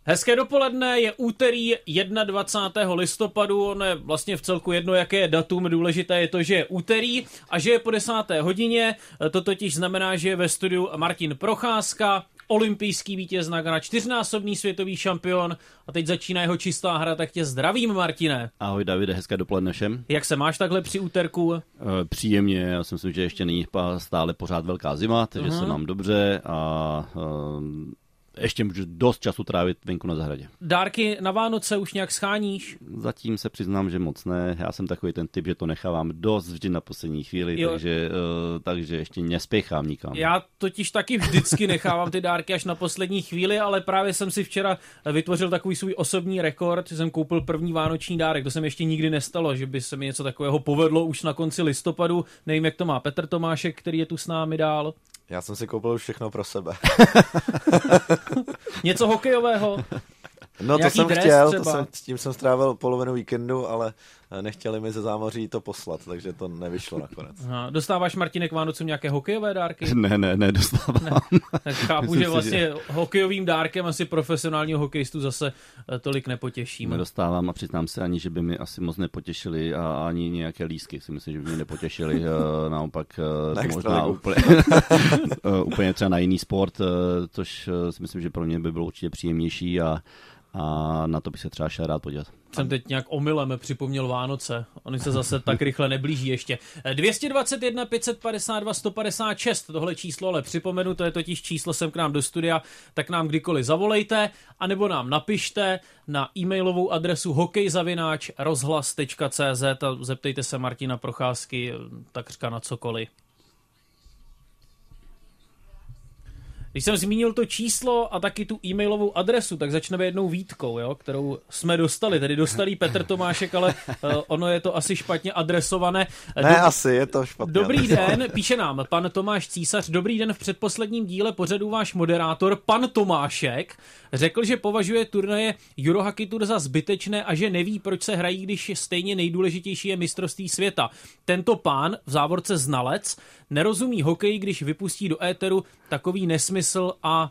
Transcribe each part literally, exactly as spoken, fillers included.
Hezké dopoledne, je úterý dvacátého prvního listopadu, ono je vlastně v celku jedno, jaké je datum, důležité je to, že je úterý a že je po desáté hodině, to totiž znamená, že je ve studiu Martin Procházka, olympijský vítěz Nagana, čtyřnásobný světový šampion a teď začíná jeho čistá hra, tak tě zdravím, Martine. Ahoj Davide, hezké dopoledne všem. Jak se máš takhle při úterku? E, příjemně, já si myslím, že ještě není stále pořád velká zima, takže uh-huh. se mám dobře a e, ještě můžu dost času trávit venku na zahradě. Dárky na Vánoce už nějak scháníš? Zatím se přiznám, že moc ne. Já jsem takový ten typ, že to nechávám dost vždy na poslední chvíli, takže, uh, takže ještě nespěchám nikam. Já totiž taky vždycky nechávám ty dárky až na poslední chvíli, ale právě jsem si včera vytvořil takový svůj osobní rekord, že jsem koupil první vánoční dárek. To se mi ještě nikdy nestalo, že by se mi něco takového povedlo už na konci listopadu. Nevím, jak to má Petr Tomášek, který je tu s námi dál. Já jsem si koupil už všechno pro sebe. Něco hokejového? No Nějaký to jsem dres chtěl, třeba? to jsem, s tím jsem strávil polovinu víkendu, ale nechtěli mi ze zámoří to poslat, takže to nevyšlo nakonec. Aha, dostáváš, Martine, k Vánocům nějaké hokejové dárky? Ne, ne, ne, dostávám. Ne. Tak chápu, že vlastně že... hokejovým dárkem asi profesionálního hokejistu zase tolik nepotěšíme. Nedostávám a přiznám se ani, že by mi asi moc nepotěšili a ani nějaké lístky si myslím, že by mě nepotěšili. Naopak to možná úplně, úplně třeba na jiný sport, což si myslím, že pro mě by bylo určitě příjemnější a a na to bych se třeba šel rád podívat. Jsem teď nějak omylem připomněl Vánoce. Oni se zase tak rychle neblíží ještě. dvě stě dvacet jedna, pět set padesát dva, sto padesát šest, tohle číslo, ale připomenu, to je totiž číslo sem k nám do studia, tak nám kdykoliv zavolejte, anebo nám napište na e-mailovou adresu hokej zavináč rozhlas tečka cé zet a zeptejte se Martina Procházky takřka na cokoliv. Když jsem zmínil to číslo a taky tu e-mailovou adresu, tak začneme jednou výtkou, jo, kterou jsme dostali. Tedy dostal Petr Tomášek, ale uh, ono je to asi špatně adresované. Ne, Dob- asi, je to špatně Dobrý adresované. den, píše nám pan Tomáš Císař. Dobrý den, v předposledním díle pořadu váš moderátor, pan Tomášek, řekl, že považuje turnaje Eurohockey Tour za zbytečné a že neví, proč se hrají, když stejně nejdůležitější je mistrovství světa. Tento pán, v závorce znalec, nerozumí hokeji, když vypustí do éteru takový nesmysl a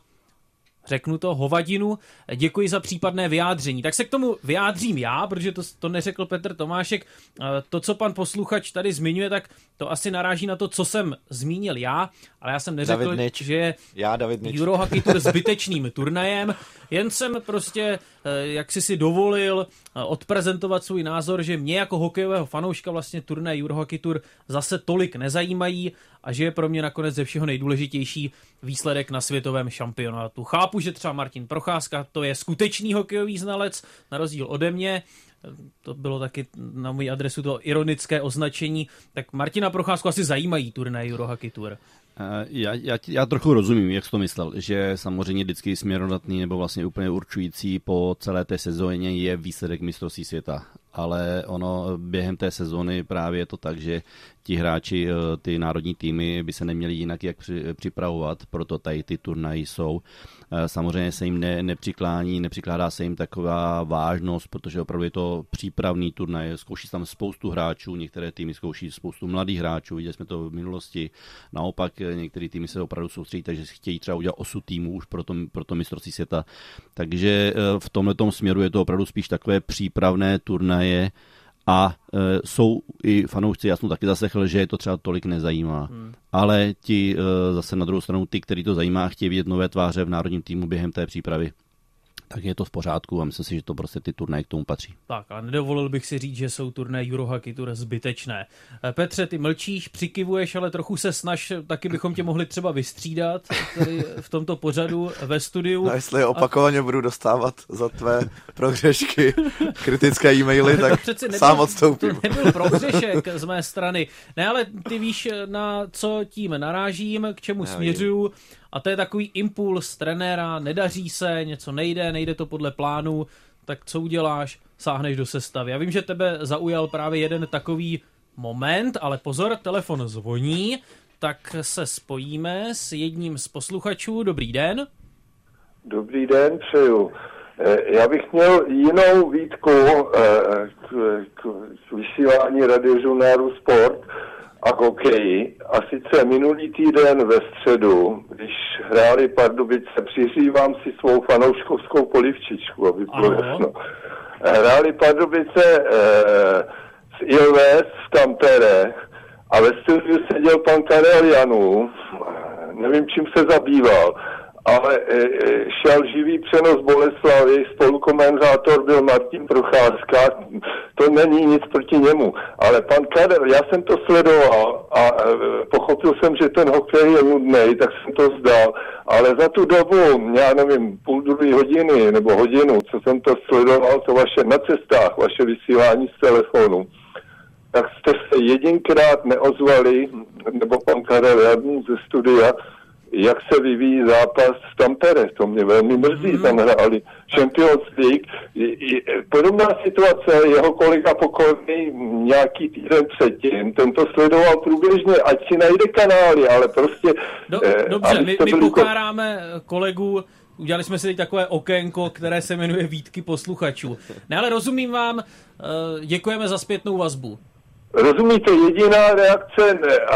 řeknu to hovadinu. Děkuji za případné vyjádření. Tak se k tomu vyjádřím já, protože to, to neřekl Petr Tomášek. To, co pan posluchač tady zmiňuje, tak to asi naráží na to, co jsem zmínil já, ale já jsem neřekl, že je já, Eurohockey Tour zbytečným turnajem. Jen jsem prostě, jak si si dovolil odprezentovat svůj názor, že mě jako hokejového fanouška vlastně turnaje Eurohockey Tour zase tolik nezajímají a že je pro mě nakonec ze všeho nejdůležitější výsledek na světovém šampionátu. Chápu, že třeba Martin Procházka, to je skutečný hokejový znalec, na rozdíl ode mě, to bylo taky na můj adresu to ironické označení, tak Martina Procházku asi zajímají turnaje Eurohockey Tour. Já, já, já trochu rozumím, jak jsi to myslel, že samozřejmě vždycky směrodatný nebo vlastně úplně určující po celé té sezóně je výsledek mistrovství světa. Ale ono během té sezóny právě je to tak, že ti hráči, ty národní týmy by se neměli jinak jak připravovat, proto tady ty turnaje jsou. Samozřejmě se jim ne, nepřiklání, nepřikládá se jim taková vážnost, protože opravdu je to přípravný turnaj, zkouší tam spoustu hráčů, některé týmy zkouší spoustu mladých hráčů, viděli jsme to v minulosti, naopak některé týmy se opravdu soustředí, takže chtějí třeba udělat osm týmů už pro to, pro to mistrovství světa. Takže v tomhletom směru je to opravdu spíš takové přípravné turnaje a e, jsou i fanoušci, já jsem taky zaslechl, že je to třeba tolik nezajímá. Hmm. Ale ti e, zase na druhou stranu, ty, který to zajímá, chtějí vidět nové tváře v národním týmu během té přípravy. Tak je to v pořádku a myslím si, že to prostě ty turnaje k tomu patří. Tak, ale nedovolil bych si říct, že jsou turnaje Eurohockey Tour zbytečné. Petře, ty mlčíš, přikivuješ, ale trochu se snaž, taky bychom tě mohli třeba vystřídat tady v tomto pořadu ve studiu. No, jestli opakovaně a... budu dostávat za tvé prohřešky kritické e-maily, tak nebyl, sám odstoupím. To nebyl prohřešek z mé strany. Ne, ale ty víš, na co tím narážím, k čemu Já směřuju. Vím. A to je takový impuls trenéra, nedaří se, něco nejde, nejde to podle plánu, tak co uděláš? Sáhneš do sestavy. Já vím, že tebe zaujal právě jeden takový moment, ale pozor, telefon zvoní, tak se spojíme s jedním z posluchačů. Dobrý den. Dobrý den, přeju. Já bych měl jinou výtku k, k, k vysílání radiožurnálu Sport a k hokeji. A sice minulý týden ve středu, když hráli Pardubice, přiřívám si svou fanouškovskou polivčičku, aby bylo jasno. Hráli Pardubice eh, z Ilves v Tampere a ve studiu seděl pan Karel Janů, nevím, čím se zabýval, ale e, e, šel živý přenos Boleslavy, spolukomentátor byl Martin Procházka, to není nic proti němu, ale pan Karel, já jsem to sledoval a e, pochopil jsem, že ten hokej je nudnej, tak jsem to vzdal, ale za tu dobu, já nevím, půl druhé hodiny nebo hodinu, co jsem to sledoval, to vaše na cestách, vaše vysílání z telefonu, tak jste se jedinkrát neozvali, nebo pan Karel Janů ze studia, jak se vyvíjí zápas v Tampere. To mě velmi mrzí, tam hráli Champions League. Podobná situace, jeho kolega Pokorný nějaký týden předtím, ten to sledoval průběžně, ať si najde kanály, ale prostě... Do, dobře, my, my pokáráme kolegu, udělali jsme si teď takové okénko, které se jmenuje Výtky posluchačů. Ne, ale rozumím vám, děkujeme za zpětnou vazbu. Rozumíte, jediná reakce, ne, a,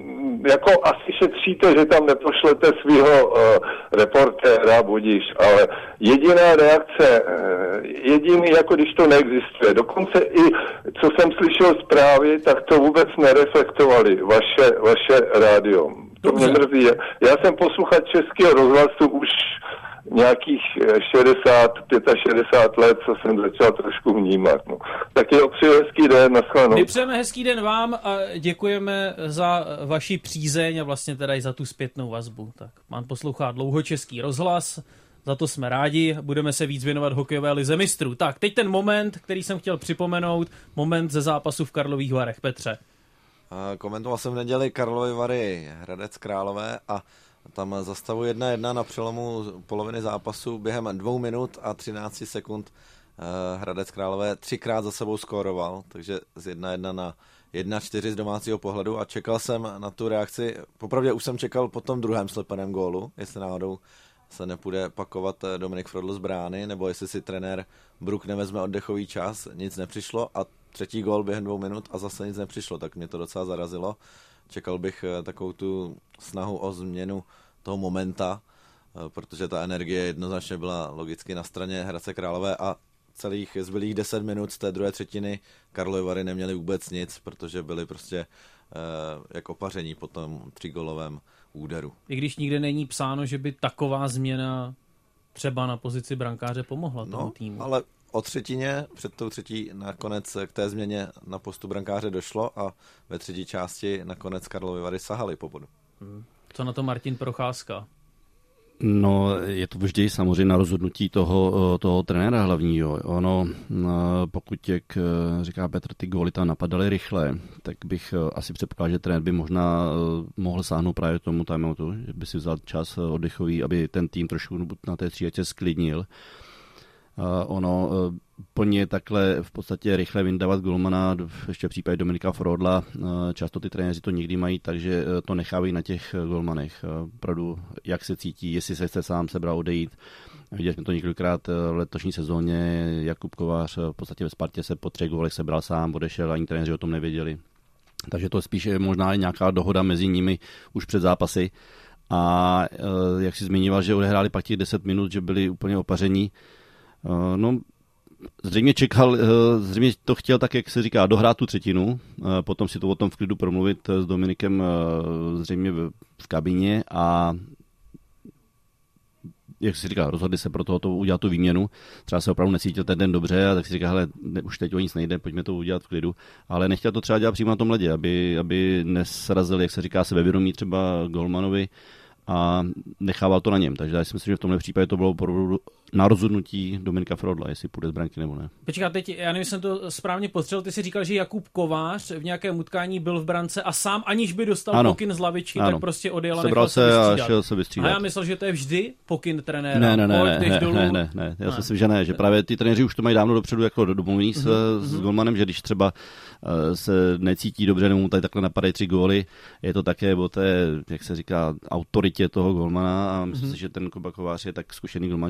jako asi šetříte, že tam nepošlete svého uh, reportéra, budíš, ale jediná reakce, uh, jediný, jako když to neexistuje. Dokonce i, co jsem slyšel zprávy, tak to vůbec nereflektovali vaše, vaše rádio. To mě mrzí. Já jsem posluchač Českého rozhlasu už nějakých šedesát, šedesát pět let, co jsem začal trošku vnímat. No. Tak jo, přeji hezký den, naschledanou. My přejeme hezký den vám a děkujeme za vaši přízeň a vlastně teda i za tu zpětnou vazbu. Tak pán poslouchá dlouho Český rozhlas, za to jsme rádi, budeme se víc věnovat hokejové lize mistrů. Tak, teď ten moment, který jsem chtěl připomenout, moment ze zápasu v Karlových Varech. Petře. Komentoval jsem v neděli Karlovy Vary, Hradec Králové a tam za stavu jedna jedna na přelomu poloviny zápasu během dvou minut a třináct sekund Hradec Králové třikrát za sebou skóroval, takže z jedna jedna na jedna čtyři z domácího pohledu a čekal jsem na tu reakci. Popravdě už jsem čekal po tom druhém slepeném gólu, jestli náhodou se nepůjde pakovat Dominik Frodl z brány, nebo jestli si trenér Brook nevezme oddechový čas, nic nepřišlo a třetí gól během dvou minut a zase nic nepřišlo, tak mě to docela zarazilo. Čekal bych takovou tu snahu o změnu toho momenta, protože ta energie jednoznačně byla logicky na straně Hradce Králové a celých zbylých deset minut z té druhé třetiny Karlovy Vary neměli vůbec nic, protože byli prostě eh, jako opaření po tom třígolovém úderu. I když nikde není psáno, že by taková změna třeba na pozici brankáře pomohla tomu no, týmu. Ale o třetině, před tou třetí nakonec k té změně na postu brankáře došlo a ve třetí části nakonec Karlovy Vary sahali po bodu. Hmm. Co na to Martin Procházka? No, je to vždy samozřejmě na rozhodnutí toho, toho trenéra hlavního. Ono, pokud, jak říká Petr, ty góly tam napadaly rychle, tak bych asi předpokládal, že trenér by možná mohl sáhnout právě tomu timeoutu, že by si vzal čas oddechový, aby ten tým trošku na té střídačce sklidnil. Ono plně takhle v podstatě rychle vyndávat golmana, ještě v případě Dominika Frodla, často ty trenéři to někdy mají, takže to nechávají na těch golmanech. Opravdu, jak se cítí, jestli se chce sám sebral odejít. Viděli jsme to několikrát v letošní sezóně, Jakub Kovář v podstatě ve Spartě se po třech gólech sebral sám, odešel, ani trenéři o tom nevěděli. Takže to spíš je možná nějaká dohoda mezi nimi už před zápasy. A jak si zmiňoval, že odehráli pak těch deset minut, že byli úplně opaření. No, zřejmě čekal, zřejmě to chtěl tak, jak se říká, dohrát tu třetinu, potom si to o tom v klidu promluvit s Dominikem zřejmě v kabině a jak se říká, rozhodli se pro tohoto udělat tu výměnu. Třeba se opravdu necítil ten den dobře a tak si říká, hele, ne, už teď o nic nejde, pojďme to udělat v klidu. Ale nechtěl to třeba dělat přímo na tom ledě, aby, aby nesrazil, jak se říká, sebevědomí třeba golmanovi a nechával to na něm. Takže já si myslím, že v tomhle případě to bylo na rozhodnutí Dominika Frodla, jestli půjde z branky nebo ne. Počká, teď, já nevím, jsem to správně postřelil, ty si říkal, že Jakub Kovář v nějakém utkání byl v brance a sám, aniž by dostal ano. pokyn z lavičky, ano. tak prostě odjel a nechal se vystřídat. A šel se vystřídat. A já myslel, že to je vždy pokyn trenéra. Ne, ne, ne, ne, ne, ne, ne, ne. Já si myslím, že ne, že právě ty trenéři už to mají dávno dopředu jako domluvený s, mm-hmm. s golmanem, že když třeba uh, se necítí dobře, nebo mu tady takhle napadají tři góly, je to také o té, jak se říká, autoritě toho golmana a myslím mm-hmm. si, že ten Kuba Kovář je tak zkušený golman, že už ví sám,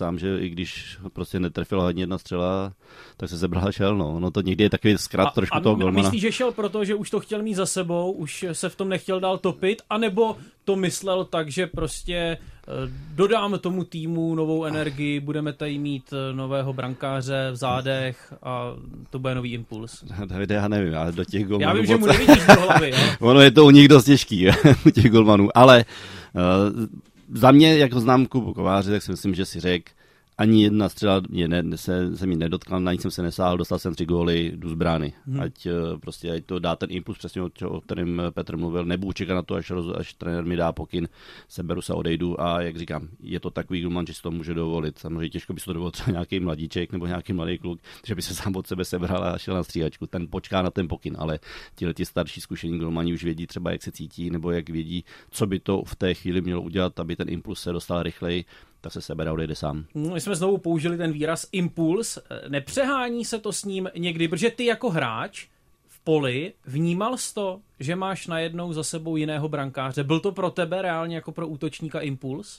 sám, že i když prostě netrefila ani jedna střela, tak se sebral a šel. No, no to někdy je takový zkrat a, trošku a toho golmana. Myslíš, že šel proto, že už to chtěl mít za sebou, už se v tom nechtěl dál topit, anebo to myslel tak, že prostě dodáme tomu týmu novou energii, budeme tady mít nového brankáře v zádech a to bude nový impuls. Davide, já nevím, já do těch golmanů... Já vím, že mu nevidíš do hlavy. Ale... ono je to u nich dost těžký, u těch golmanů, ale uh, za mě, jak znám Kubu Kováře, tak si myslím, že si řekl, ani jedna střela mě ne, se, se mi nedotkla, na nic jsem se nesáhl, dostal jsem tři góly, jdu z brány. Hmm. Ať, prostě, ať to dá ten impuls, přesně o, o kterém Petr mluvil, nebudu čekat na to, až, roz, až trenér mi dá pokyn, seberu se, odejdu a jak říkám, je to takový golman, že si to může dovolit. Samozřejmě těžko by si to dovolil třeba nějaký mladíček nebo nějaký mladý kluk, že by se sám od sebe sebral a šel na stříhačku. Ten počká na ten pokyn, ale tihle ti starší zkušení golmani už vědí třeba, jak se cítí, nebo jak vědí, co by to v té chvíli mělo udělat, aby ten impuls se dostal rychleji. Tak se sebere, odejde sám. My jsme znovu použili ten výraz impuls. Nepřehání se to s ním někdy, protože ty jako hráč v poli vnímal jsi to, že máš najednou za sebou jiného brankáře. Byl to pro tebe reálně jako pro útočníka impuls?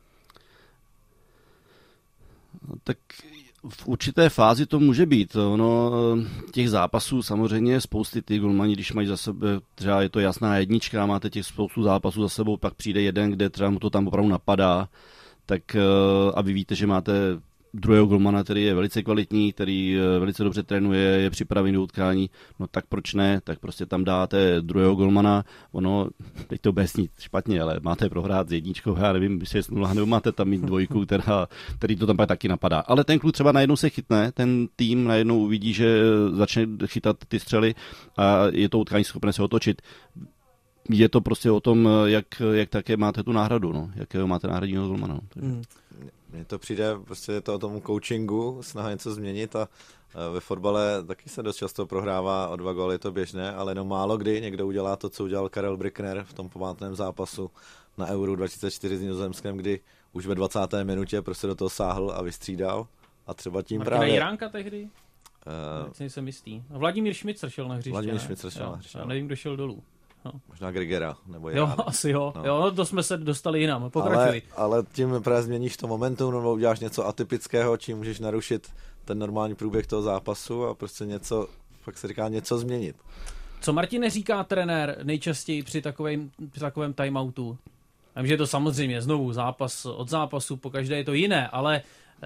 Tak v určité fázi to může být. Ono, těch zápasů samozřejmě spousty ty golmani, když mají za sebe, třeba je to jasná jednička, máte těch spoustu zápasů za sebou, pak přijde jeden, kde třeba mu to tam opravdu napadá, tak a vy víte, že máte druhého golmana, který je velice kvalitní, který velice dobře trénuje, je připravený do utkání, no tak proč ne, tak prostě tam dáte druhého golmana, ono, teď to bude snít špatně, ale máte prohrát s jedničkou, já nevím, šest nula, nebo máte tam mít dvojku, která, který to tam pak taky napadá. Ale ten kluk třeba najednou se chytne, ten tým najednou uvidí, že začne chytat ty střely a je to utkání schopné se otočit. Je to prostě o tom, jak, jak také máte tu náhradu, no, jakého máte náhradního golmana. No. Hmm. Mně to přijde, prostě je to o tom coachingu, snaha něco změnit a ve fotbale taky se dost často prohrává o dva góly, je to běžné, ale no málo kdy někdo udělá to, co udělal Karel Brickner v tom památném zápasu na Euro dva tisíce čtyři s Nizozemskem, kdy už ve dvacáté minutě prostě do toho sáhl a vystřídal a třeba tím Martina právě... Jiránka tehdy? Uh, jsem jistý. Vladimír Šmicr šel na hřiště. Vladimír Šmicr šel na hřiště. Já nevím, kdo šel dolů. No. Možná Grigera, nebo Jo, já, asi jo. No. Jo, no, to jsme se dostali jinam. Pokračuj. Ale, ale tím právě změníš to momentum, nebo uděláš něco atypického, čím můžeš narušit ten normální průběh toho zápasu a prostě něco, fakt se říká něco změnit. Co Martine říká trenér nejčastěji při takovém, při takovém timeoutu? Vím, že je to samozřejmě znovu zápas od zápasu, pokaždé je to jiné, ale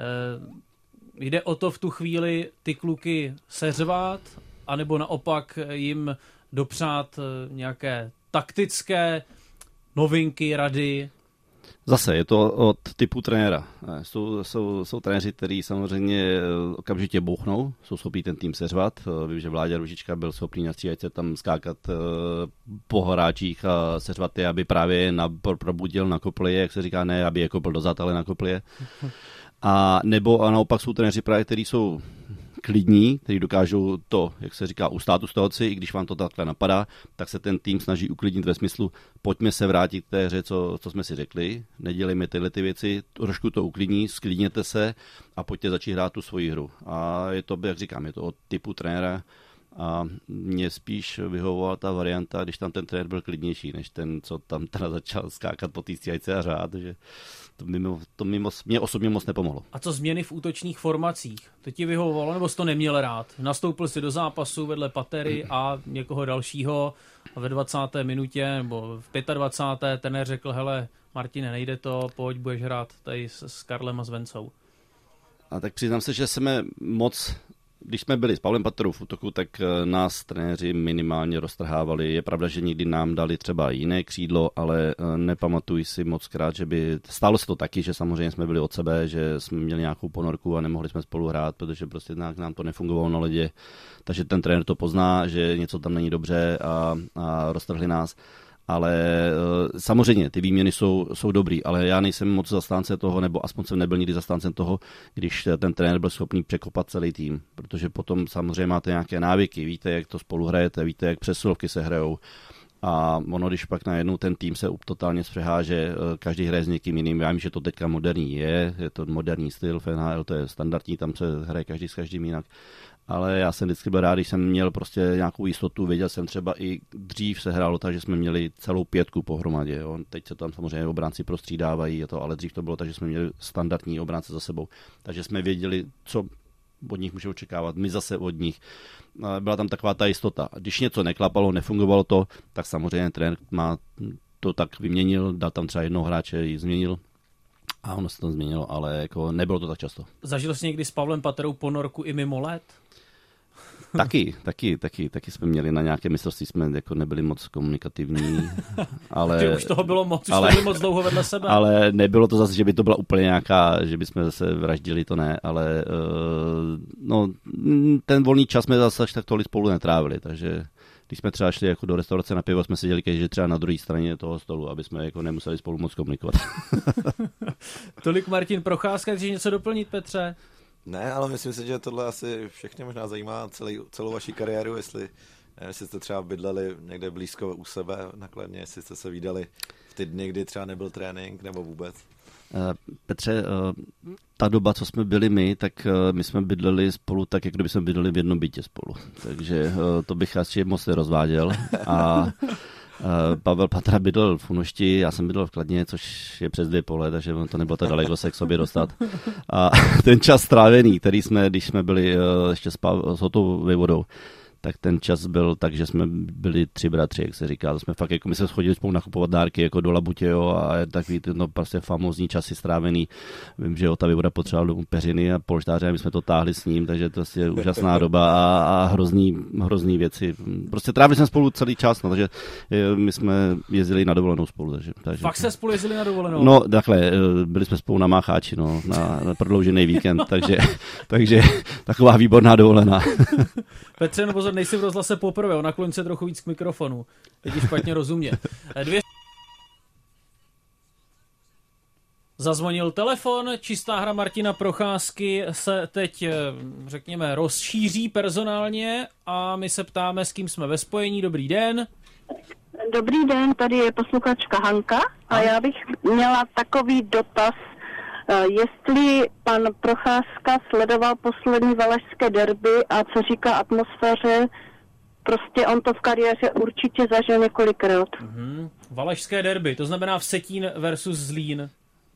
eh, jde o to v tu chvíli ty kluky seřvat, anebo naopak jim dopřát nějaké taktické novinky, rady? Zase je to od typu trenéra. Jsou, jsou, jsou trenéři, kteří samozřejmě okamžitě bouchnou, jsou schopní ten tým seřvat. Vím, že Vláďa Růžička byl schopný na stříhačce tam skákat po hráčích a seřvat je, aby právě na, probudil, nakopl je, jak se říká, ne, aby je kopl dozad, ale nakopl je. A nebo a naopak jsou trenéři právě, kteří jsou klidní, kteří dokážou to, jak se říká, ustát tu situaci, i když vám to takhle napadá, tak se ten tým snaží uklidnit ve smyslu, pojďme se vrátit k té hře, co, co jsme si řekli, nedělejme tyhle ty věci, trošku to uklidní, sklidněte se a pojďte začít hrát tu svoji hru. A je to, jak říkám, je to od typu trenéra a mě spíš vyhovovala ta varianta, když tam ten trenér byl klidnější, než ten, co tam teda začal skákat po té stříhačce a řád, že to, mimo, to mimo, mě osobně moc nepomohlo. A co změny v útočních formacích? To ti vyhovovalo, nebo jsi to neměl rád? Nastoupil si do zápasu vedle Patery a někoho dalšího a ve dvacáté minutě nebo v dvacáté páté trenér řekl, hele, Martine, nejde to, pojď, budeš hrát tady s, s Karlem a s Vencou. A tak přiznám se, že jsme moc... Když jsme byli s Pavlem Paterou v útoku, tak nás trenéři minimálně roztrhávali. Je pravda, že někdy nám dali třeba jiné křídlo, ale nepamatuji si moc krát, že by... Stalo se to taky, že samozřejmě jsme byli od sebe, že jsme měli nějakou ponorku a nemohli jsme spolu hrát, protože prostě nám to nefungovalo na ledě. Takže ten trenér to pozná, že něco tam není dobře a, a roztrhli nás. Ale samozřejmě ty výměny jsou, jsou dobrý, ale já nejsem moc zastánce toho, nebo aspoň jsem nebyl nikdy zastáncem toho, když ten trenér byl schopný překopat celý tým, protože potom samozřejmě máte nějaké návyky, víte, jak to spolu hrajete, víte, jak přesilovky se hrajou A ono, když pak najednou ten tým se totálně zpřeháže, každý hraje s někým jiným, já vím, že to teďka moderní je, je to moderní styl v N H L, to je standardní, tam se hraje každý s každým jinak. Ale já jsem vždycky byl rád, když jsem měl prostě nějakou jistotu, věděl jsem třeba i dřív se hrálo tak, že jsme měli celou pětku pohromadě. Jo. Teď se tam samozřejmě obránci prostřídávají, je to, ale dřív to bylo tak, že jsme měli standardní obránce za sebou. Takže jsme věděli, co od nich může očekávat, my zase od nich. Byla tam taková ta jistota. Když něco neklapalo, nefungovalo to, tak samozřejmě trenér má to tak vyměnil, dal tam třeba jednoho hráče, ji změnil. A ono se to změnilo, ale jako nebylo to tak často. Zažil jsi někdy s Pavlem Paterou ponorku i mimo let? Taky, taky, taky, taky jsme měli na nějaké mistrovství, jsme jako nebyli moc komunikativní, ale... Ty už toho bylo moc, už ale, to byli moc dlouho vedle sebe. Ale nebylo to zase, že by to byla úplně nějaká, že bychom zase vraždili, to ne, ale uh, no, ten volný čas jsme zase až tak tolik spolu netrávili, takže když jsme třeba šli jako do restaurace na pivo, jsme seděli každý třeba na druhé straně toho stolu, aby jsme jako nemuseli spolu moc komunikovat. Tolik Martin Procházka, chceš něco doplnit, Petře? Ne, ale myslím si, že tohle asi všechny možná zajímá celý, celou vaši kariéru, jestli, nevím, jestli jste třeba bydleli někde blízko u sebe na Kladně, jestli jste se vídali v ty dny, kdy třeba nebyl trénink, nebo vůbec. Petře, ta doba, co jsme byli my, tak my jsme bydleli spolu tak, jak kdyby jsme bydleli v jednom bytě spolu. Takže to bych asi moc nerozváděl. A Pavel Patera bydlel v Unošti, já jsem bydlel v Kladně, což je přes dvě pole, takže to nebylo tak daleko se k sobě dostat. A ten čas strávený, který jsme, když jsme byli ještě s, Pav- s Hotou Vejvodou, tak ten čas byl tak, že jsme byli tři bratři, jak se říká. To jsme fakt, jako my jsme schodili spolu nakupovat dárky jako do Labutě, jo, a takový ty no, prostě famózní časy strávený. Vím, že Hota Vejvoda potřeboval domů peřiny a polštáře, a my jsme to táhli s ním, takže to je prostě úžasná doba a, a hrozný, hrozný věci. Prostě trávili jsme spolu celý čas, no, takže my jsme jezdili na dovolenou spolu. Takže, takže... Fakt se spolu jezdili na dovolenou? No, takhle, byli jsme spolu na Mácháči, no, na, na prodloužený víkend, takže, takže taková výborná dovolená. Petře, no pozor, nejsi v rozhlase poprvé, nakloň se trochu víc k mikrofonu, teď špatně rozumě. Dvě... Zazvonil telefon, čistá hra Martina Procházky se teď, řekněme, rozšíří personálně a my se ptáme, s kým jsme ve spojení. Dobrý den. Dobrý den, tady je posluchačka Hanka a já bych měla takový dotaz, jestli pan Procházka sledoval poslední valašské derby a co říká atmosféře, prostě on to v kariéře určitě zažil několikrát. Mm-hmm. Valašské derby, to znamená Vsetín versus Zlín.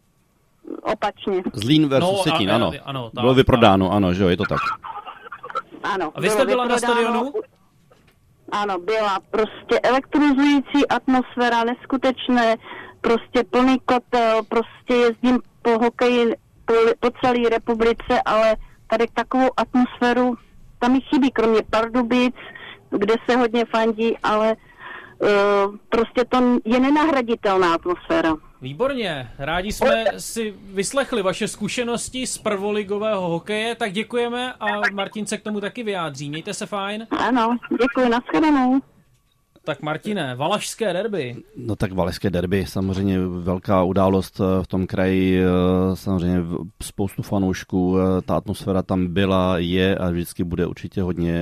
Opačně. Zlín versus no, Vsetín, a, ano. ano tak, bylo vyprodáno, tak. Ano, že jo, je to tak. Ano. A vy jste byla na stadionu? Ano, byla prostě elektrizující atmosféra, neskutečné, prostě plný kotel, prostě jezdím po hokeji po, po celé republice, ale tady takovou atmosféru, tam mi chybí, kromě Pardubic, kde se hodně fandí, ale uh, prostě to je nenahraditelná atmosféra. Výborně, rádi jsme si vyslechli vaše zkušenosti z prvoligového hokeje, tak děkujeme a Martin se k tomu taky vyjádří. Mějte se fajn. Ano, děkuji, nashledanou. Tak Martine, valašské derby. No tak valašské derby, samozřejmě velká událost v tom kraji, samozřejmě spoustu fanoušků, ta atmosféra tam byla, je a vždycky bude určitě hodně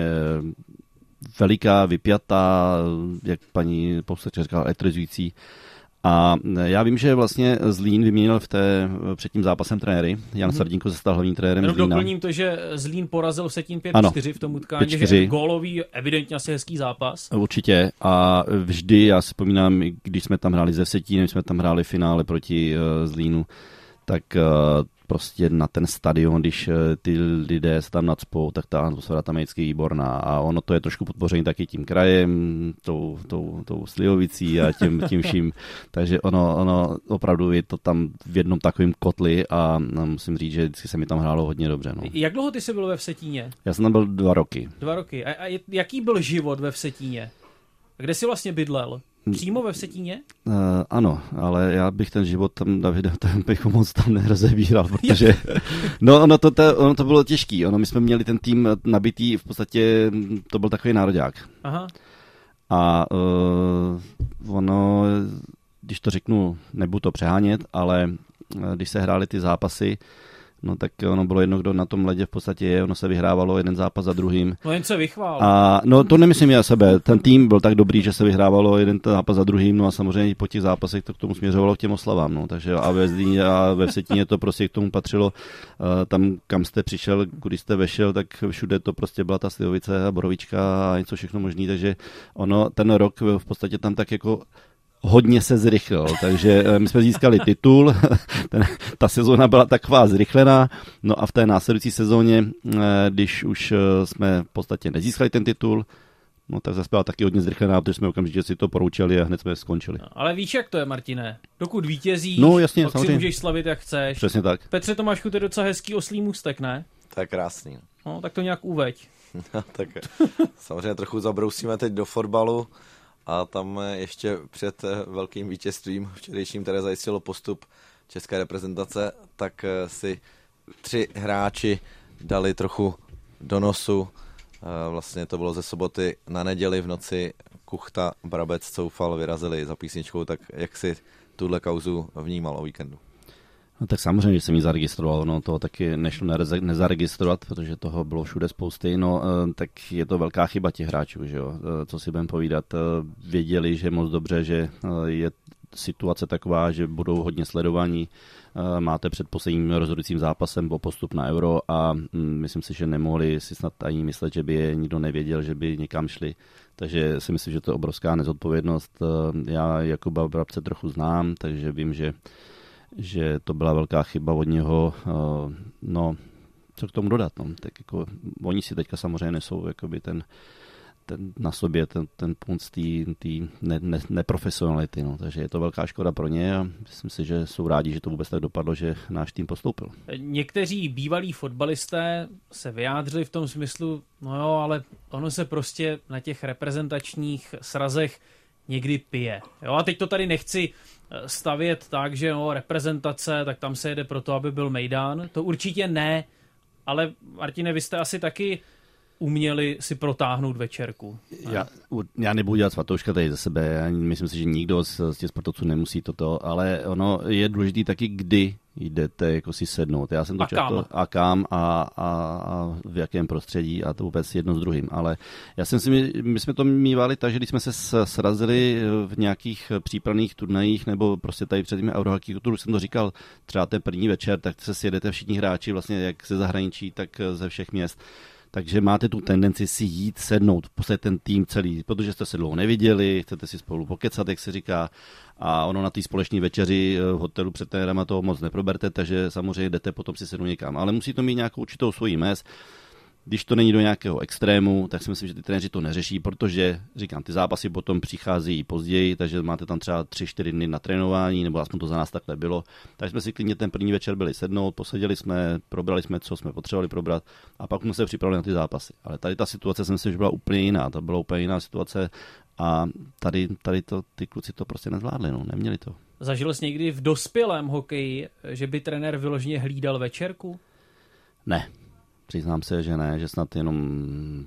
veliká, vypjatá, jak paní posluchačka říkala, elektrizující. A já vím, že vlastně Zlín vyměnil v té před tím zápasem trenéry. Jan hmm. Sardínko se stal hlavním trenérem Jenom Zlína. Doplním to, že Zlín porazil Vsetín pět čtyři v tom utkání, že gólový, evidentně asi hezký zápas. Určitě a vždy, já si vzpomínám, když jsme tam hráli ze Vsetínem, jsme tam hráli finále proti uh, Zlínu, tak uh, prostě na ten stadion, když ty lidé se tam nacpou, tak ta atmosféra tam je vždycky výborná a ono to je trošku podpoření taky tím krajem, tou, tou, tou Slivovicí a tím, tím vším, takže ono, ono opravdu je to tam v jednom takovém kotli a musím říct, že vždycky se mi tam hrálo hodně dobře. No. Jak dlouho ty jsi byl ve Vsetíně? Já jsem tam byl dva roky. Dva roky. A, a jaký byl život ve Vsetíně? Kde jsi vlastně bydlel? Přímo ve Vsetíně? Uh, ano, ale já bych ten život tam, Davide, tam bych ho moc tam nerozebíral, protože no, ono, to, to, ono to bylo těžký. Ono, my jsme měli ten tým nabitý, v podstatě to byl takový nároďák. Aha. A uh, ono, když to řeknu, nebudu to přehánět, ale když se hrály ty zápasy, No tak ono bylo jedno, kdo na tom ledě v podstatě je, ono se vyhrávalo jeden zápas za druhým. No jen se vychvál. A no to nemyslím já sebe, ten tým byl tak dobrý, že se vyhrávalo jeden zápas za druhým, no a samozřejmě po těch zápasech to k tomu směřovalo k těm oslavám, no, takže a ve Zlíně a ve Vsetíně to prostě k tomu patřilo, tam kam jste přišel, když jste vešel, tak všude to prostě byla ta slivovice a borovička a něco všechno možný, takže ono ten rok v podstatě tam tak jako hodně se zrychlil, takže my jsme získali titul, ten, ta sezóna byla taková zrychlená, no a v té následující sezóně, když už jsme v podstatě nezískali ten titul, no tak zase byla taky hodně zrychlená, protože jsme okamžitě si to poroučili a hned jsme skončili. No, ale víš, jak to je, Martine? Dokud vítězíš, no, jasně, pak samozřejmě. si můžeš slavit, jak chceš. Přesně tak. Petře Tomášku, to je docela hezký oslý můstek, ne? To je krásný. No, tak to nějak uveď. No, tak samozřejmě trochu zabrousíme teď do fotbalu. A tam ještě před velkým vítězstvím včerejším, které zajistilo postup české reprezentace, tak si tři hráči dali trochu do nosu. Vlastně to bylo ze soboty na neděli v noci. Kuchta, Brabec, Coufal vyrazili za písničkou. Tak jak si tuhle kauzu vnímal o víkendu? No tak samozřejmě, že jsem ji zaregistroval, no to taky nešlo nezaregistrovat, protože toho bylo všude spousty, no tak je to velká chyba těch hráčů, že jo, co si budeme povídat, věděli, že moc dobře, že je situace taková, že budou hodně sledovaní, máte před posledním rozhodujícím zápasem o postup na Euro a myslím si, že nemohli si snad ani myslet, že by je nikdo nevěděl, že by někam šli, takže si myslím, že to je obrovská nezodpovědnost, já Jakuba Brabce trochu znám, takže vím, že že to byla velká chyba od něho, no, co k tomu dodat, no, tak jako oni si teďka samozřejmě nesou jakoby ten, ten na sobě ten, ten punc té ne, ne, neprofesionality, no, takže je to velká škoda pro ně a myslím si, že jsou rádi, že to vůbec tak dopadlo, že náš tým postoupil. Někteří bývalí fotbalisté se vyjádřili v tom smyslu, no jo, ale ono se prostě na těch reprezentačních srazech někdy pije. Jo, a teď to tady nechci stavět tak, že no, reprezentace, tak tam se jede proto, aby byl mejdán. To určitě ne, ale Martine, vy jste asi taky uměli si protáhnout večerku. Já, já nebudu dělat svatouška tady za sebe, já myslím si, že nikdo z, z těch sportovců nemusí toto, ale ono je důležité taky, kdy jdete jako si sednout. Já jsem to a četl, kam? a kam a, a, a v jakém prostředí a to vůbec jedno s druhým. Ale já jsem si, my, my jsme to mívali tak, že když jsme se srazili v nějakých přípravných turnajích nebo prostě tady před tím Eurohockey Tour, jsem to říkal, třeba ten první večer, tak se sjedete všichni hráči vlastně jak ze zahraničí, tak ze všech měst. Takže máte tu tendenci si jít sednout, v podstatě ten tým celý, protože jste se dlouho neviděli, chcete si spolu pokecat, jak se říká, a ono na té společné večeři v hotelu před trénama toho moc neproberte, takže samozřejmě jdete potom si sednout někam. Ale musí to mít nějakou určitou svoji mez. Když to není do nějakého extrému, tak si myslím, že ty trenéři to neřeší, protože, říkám, ty zápasy potom přichází později, takže máte tam třeba tři čtyři dny na trénování, nebo aspoň to za nás takhle bylo. Takže jsme si klidně ten první večer byli sednout, poseděli jsme, probrali jsme, co jsme potřebovali probrat a pak jsme se připravili na ty zápasy. Ale tady ta situace si myslím, že byla úplně jiná, to byla úplně jiná situace a tady, tady to, ty kluci to prostě nezvládli, no, neměli to. Zažil jsi někdy v dospělém hokeji, že by trenér vyloženě hlídal večerku? Ne. Přiznám se, že ne, že snad jenom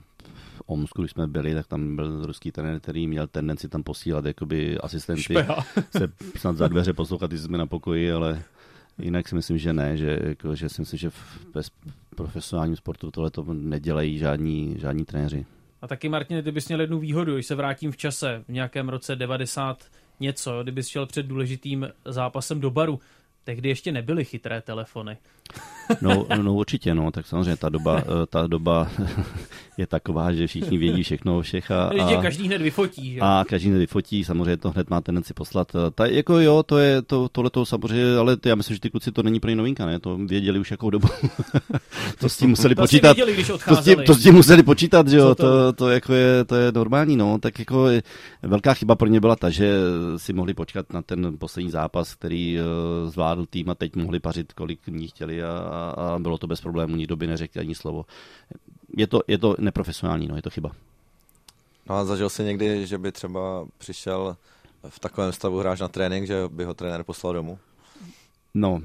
v Omsku, když jsme byli, tak tam byl ruský trenér, který měl tendenci tam posílat jakoby asistenty, Špeha. se snad za dveře poslouchat, když jsme na pokoji, ale jinak si myslím, že ne, že, jako, že si myslím, že v bez profesionálním sportu tohle to nedělají žádní, žádní trenéři. A taky, Martine, ty bys měl jednu výhodu, když se vrátím v čase, v nějakém roce devadesát něco, kdybys šel před důležitým zápasem do baru, tehdy ještě nebyly chytré telefony. No, no určitě, no, tak samozřejmě ta doba, ta doba je taková, že všichni vědí všechno o všech. A, a každý hned vyfotí, že? A každý hned vyfotí, samozřejmě to hned má tendenci poslat. Ta, jako jo, to je to, tohleto samozřejmě, ale já myslím, že ty kluci to není pro ně novinka, ne? To věděli už jakou dobu. To s tím museli to počítat. Věděli, když to, s tím, to s tím museli počítat, že jo, to, to, to, jako je, to je normální, no. Tak jako velká chyba pro ně byla ta, že si mohli počkat na ten poslední zápas, který uh, zvládl tým a teď mohli pařit, kolik ní chtěli a, a bylo to bez problémů, nikdo by neřekl ani slovo. Je to, je to neprofesionální, no, je to chyba. No a zažil jsi někdy, že by třeba přišel v takovém stavu hráč na trénink, že by ho trenér poslal domů? No,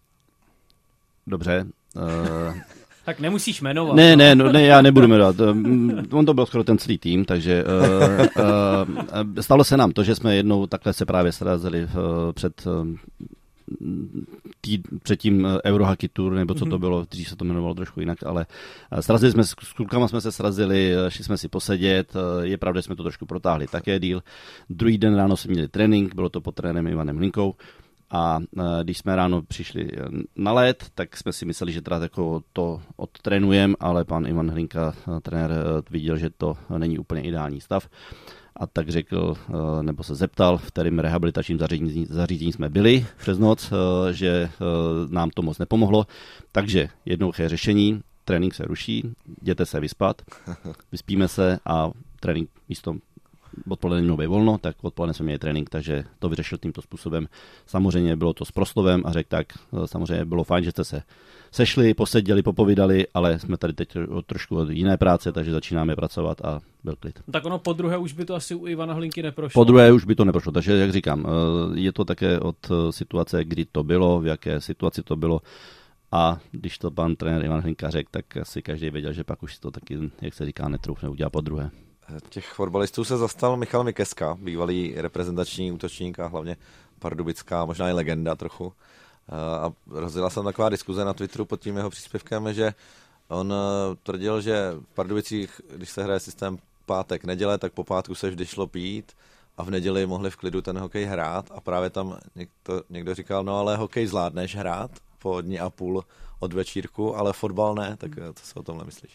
dobře. Uh... Tak nemusíš jmenovat. Ne, ne, no, ne, já nebudu jmenovat. On to byl skoro ten celý tým, takže uh, uh, stalo se nám to, že jsme jednou takhle se právě srazili uh, před uh, tý, předtím Eurohockey Tour, nebo co to bylo, dřív se to jmenovalo trošku jinak, ale srazili jsme, s klukama jsme se srazili, šli jsme si posedět, je pravda, že jsme to trošku protáhli, také díl. Druhý den ráno jsme měli trénink, bylo to pod trenérem Ivanem Hlinkou, a když jsme ráno přišli na led, tak jsme si mysleli, že teda jako to odtrénujeme, ale pan Ivan Hlinka, trenér, viděl, že to není úplně ideální stav. A tak řekl, nebo se zeptal, v kterém rehabilitačním zařízení, zařízení jsme byli přes noc, že nám to moc nepomohlo. Takže jednoduché řešení, trénink se ruší, jděte se vyspat, vyspíme se a trénink místo odpoledne mělo být volno, tak odpoledne jsme měli trénink, takže to vyřešil tímto způsobem. Samozřejmě bylo to s proslovem a řekl tak, samozřejmě bylo fajn, že jste se sešli, poseděli, popovídali, ale jsme tady teď trošku od jiné práce, takže začínáme pracovat a byl klid. Tak ono po druhé už by to asi u Ivana Hlinky neprošlo. Po druhé už by to neprošlo, takže jak říkám, je to také od situace, kdy to bylo, v jaké situaci to bylo. A když to pan trenér Ivan Hlinka řekl, tak asi každý věděl, že pak už to taky, jak se říká, netroufne udělat po druhé. Těch fotbalistů se zastal Michal Mikeska, bývalý reprezentační útočník a hlavně pardubická, možná i legenda trochu. A rozjela se taková diskuze na Twitteru pod tím jeho příspěvkem, že on tvrdil, že v Pardubicích, když se hraje systém pátek, neděle, tak po pátku se vždy šlo pít a v neděli mohli v klidu ten hokej hrát a právě tam někdo, někdo říkal, no ale hokej zvládneš hrát po dní a půl od večírku, ale fotbal ne, tak co si o tomhle myslíš?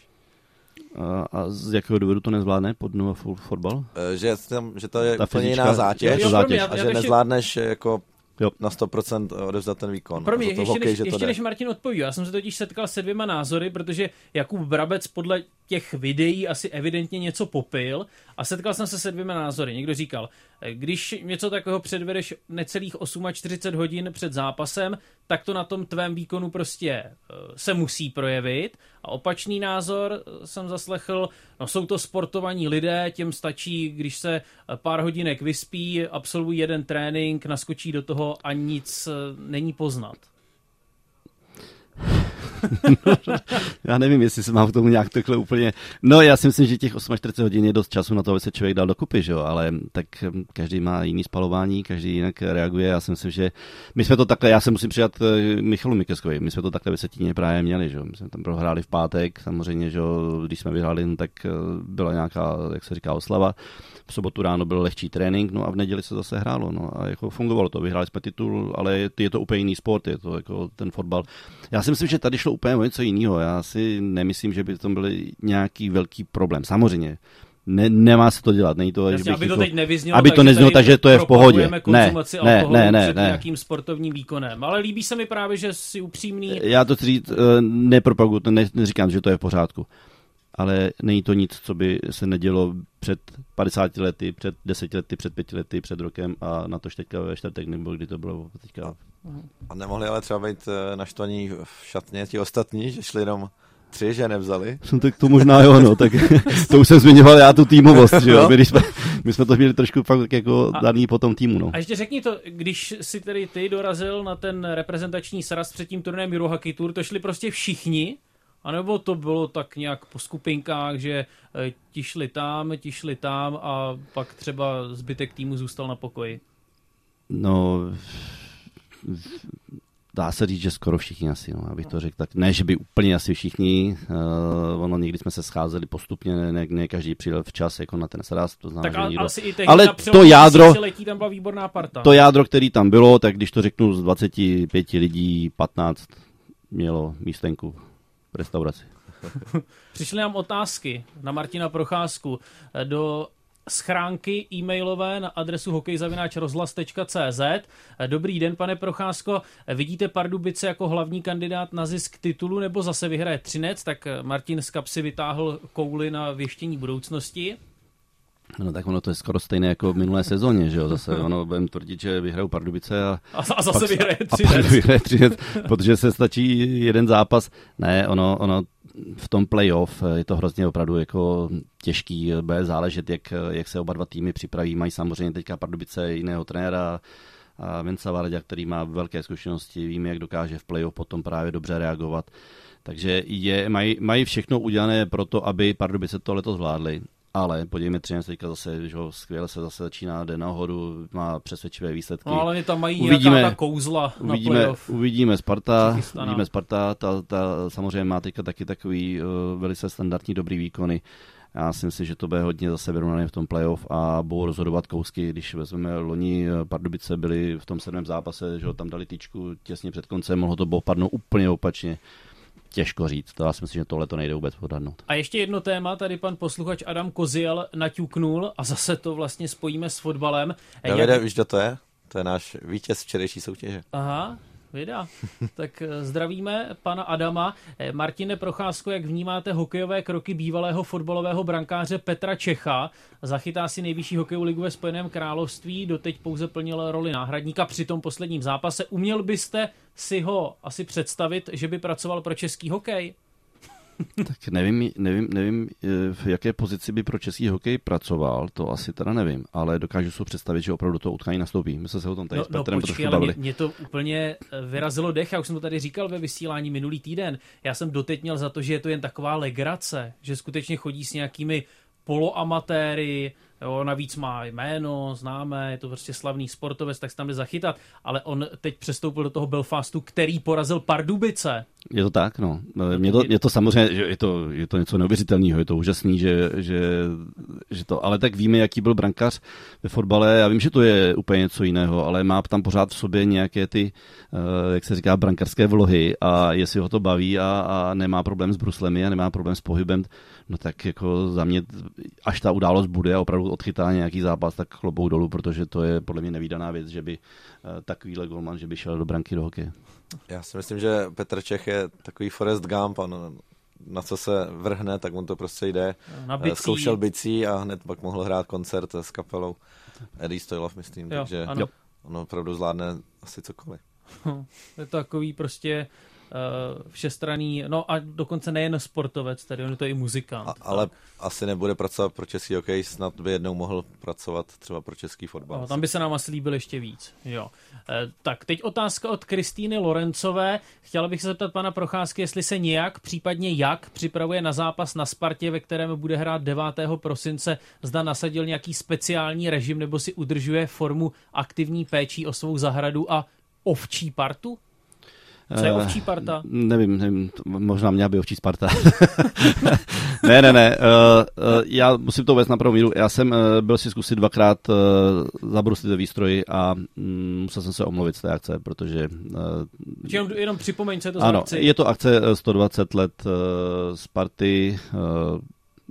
A z jakého důvodu to nezvládne pod dnu a fotbal? Že, že to je ta úplně fyzička, jiná zátěž, jo, zátěž. a že nezvládneš jako jo. na sto procent odevzdat ten výkon. Pro mě, ještě, hokej, než, ještě než Martin odpoví, já jsem se totiž setkal se dvěma názory, protože Jakub Brabec podle těch videí asi evidentně něco popil a setkal jsem se se dvěma názory. Někdo říkal, když něco takového předvedeš necelých čtyřicet osm hodin před zápasem, tak to na tom tvém výkonu prostě se musí projevit. A opačný názor jsem zaslechl, no jsou to sportovaní lidé, těm stačí, když se pár hodinek vyspí, absolvují jeden trénink, naskočí do toho a nic není poznat. Já nevím, jestli se mám k tomu nějak takhle úplně... No já si myslím, že těch čtyřicet osm hodin je dost času na to, aby se člověk dal dokupy, že jo? Ale tak každý má jiný spalování, každý jinak reaguje. Já si myslím, že my jsme to takhle, já se musím přidat Michalu Mikeskovi, my jsme to takhle ve Vsetíně právě měli, že jo? My jsme tam prohráli v pátek, samozřejmě, že jo? Když jsme vyhráli, no, tak byla nějaká, jak se říká, oslava. V sobotu ráno byl lehčí trénink, no a v neděli se zase hrálo, no a jako fungovalo to, vyhráli jsme titul, ale je to úplně jiný sport, je to jako ten fotbal. Já si myslím, že tady šlo úplně o něco jiného, já si nemyslím, že by to byl nějaký velký problém, samozřejmě. Ne, nemá se to dělat, není to, Jasně, aby to teď nevyznělo, aby to neznělo, takže to je v pohodě. Ne, ne, ne, ne, před ne. nějakým sportovním výkonem. Ale líbí se mi právě, že jsi upřímný. Já to chci říct, nepropaguju, ne, neříkám, že to je v pořádku. Ale není to nic, co by se nedělo před padesáti lety, před deseti lety, před pěti lety, před rokem a na to teďka ve čtvrtek nebo kdy to bylo teďka. A nemohli ale třeba být naštvaní v šatně ti ostatní, že šli jenom tři, že nevzali? No, tak to možná jo, no, tak to už jsem zmiňoval já tu týmovost, že jo, my jsme, my jsme to měli trošku fakt jako a, daný po tom týmu, no. A ještě řekni to, když si tedy ty dorazil na ten reprezentační sraz před tím turnajem Eurohockey Tour, to šli prostě všichni? A nebo to bylo tak nějak po skupinkách, že ti šli tam, ti šli tam a pak třeba zbytek týmu zůstal na pokoji? No, dá se říct, že skoro všichni asi, no, abych to řekl tak. Ne, že by úplně asi všichni, uh, ono někdy jsme se scházeli postupně, ne, ne každý přijel včas jako na ten sraz, to znamená, tak že někdo... asi i tehdy ale na to jádro, letí, tam byla výborná parta. To jádro, který tam bylo, tak když to řeknu z dvaceti pěti lidí, patnáct mělo místenku v restauraci. Přišly nám otázky na Martina Procházku do schránky e-mailové na adresu hokej zavináč rozhlas tečka cé zet. Dobrý den, pane Procházko. Vidíte Pardubice jako hlavní kandidát na zisk titulu nebo zase vyhraje Třinec? Tak Martin z kapsy vytáhl kouli na věštění budoucnosti. No tak ono to je skoro stejné jako v minulé sezóně, že jo? Zase ono budeme tvrdit, že vyhrajou Pardubice a, a, a zase pak, vyhraje Třinec. A pak vyhraje Třinec, protože se stačí jeden zápas. Ne, ono, ono v tom playoff je to hrozně opravdu jako těžký, bude záležet, jak, jak se oba dva týmy připraví. Mají samozřejmě teďka Pardubice jiného trenéra a Vinca Varďa, který má velké zkušenosti, víme, jak dokáže v playoff potom právě dobře reagovat. Takže je, mají, mají všechno udělané pro to, aby Pardubice to letos zvládli. ale podívejme Třinec teďka zase, že ho skvěle se zase začíná, jde nahoru, má přesvědčivé výsledky. No, ale oni tam mají uvidíme, nějaká ta kouzla uvidíme, na playoff. Uvidíme Sparta, uvidíme Sparta, ta, ta samozřejmě má teďka taky takový uh, velice standardní dobrý výkony. Já si myslím, že to bude hodně zase vyrovnané v tom playoff a budou rozhodovat kousky. Když vezmeme loni, Pardubice byli v tom sedmém zápase, že ho tam dali tyčku těsně před koncem, mohlo to dopadnout úplně opačně. Těžko říct, to já si myslím, že tohle to nejde vůbec odhadnout. A ještě jedno téma, tady pan posluchač Adam Koziel naťuknul a zase to vlastně spojíme s fotbalem. Davide, Jak... víš, kdo to je? To je náš vítěz včerejší soutěže. Aha. Vida. Tak zdravíme pana Adama. Martine Procházko, jak vnímáte hokejové kroky bývalého fotbalového brankáře Petra Čecha? Zachytá si nejvyšší hokejovou ligu ve Spojeném království, doteď pouze plnil roli náhradníka při tom posledním zápase. Uměl byste si ho asi představit, že by pracoval pro český hokej? Tak nevím, nevím, nevím, v jaké pozici by pro český hokej pracoval, to asi teda nevím, ale dokážu si představit, že opravdu to utkání nastoupí. My jsme se o tom tady no, s Petrem no, počkej, trošku bavili. Mě, mě to úplně vyrazilo dech, já už jsem to tady říkal ve vysílání minulý týden. Já jsem doteď měl za to, že je to jen taková legrace, že skutečně chodí s nějakými poloamatéry, jo, navíc má jméno, známe, je to prostě slavný sportovec, tak se tam jde zachytat, ale on teď přestoupil do toho Belfastu, který porazil Pardubice. Je to tak, no. Mě to, je to samozřejmě, že je to, je to něco neuvěřitelného, je to úžasný, že, že, že to, ale tak víme, jaký byl brankář ve fotbale, já vím, že to je úplně něco jiného, ale má tam pořád v sobě nějaké ty, jak se říká, brankářské vlohy a jestli ho to baví a, a nemá problém s bruslemi a nemá problém s pohybem, no tak jako za mě, až ta událost bude a opravdu odchytá nějaký zápas, tak klobouk dolů, protože to je podle mě nevídaná věc, že by takovýhle golman, že by šel do branky do hokeje. Já si myslím, že Petr Čech je takový Forrest Gump, a na co se vrhne, tak on to prostě jde. Zkoušel bicí a hned pak mohl hrát koncert s kapelou Eddie Stoilov, myslím, jo, takže ano. On opravdu zvládne asi cokoliv. Je to takový prostě uh, všestranný, no a dokonce nejen sportovec, tady on je to i muzikant. A, ale asi nebude pracovat pro český hokej, snad by jednou mohl pracovat třeba pro český fotbal. No, tam by se nám asi líbil ještě víc. Jo. E, tak teď otázka od Kristýny Lorencové. Chtěla bych se zeptat pana Procházky, jestli se nějak, případně jak připravuje na zápas na Spartě, ve kterém bude hrát devátého prosince, zda nasadil nějaký speciální režim nebo si udržuje formu aktivní péčí o svou zahradu a ovčí partu? Co je ovčí parta? Uh, nevím, nevím, možná měla by ovčí Sparta. ne, ne, ne, uh, uh, já musím to uvést na pravou míru. Já jsem uh, byl si zkusit dvakrát uh, zabruslit ve výstroji a um, musel jsem se omluvit z té akce, protože... Uh, jenom, jenom připomeň, co je to ano, za akci. Je to akce sto dvacet let uh, Sparty, uh,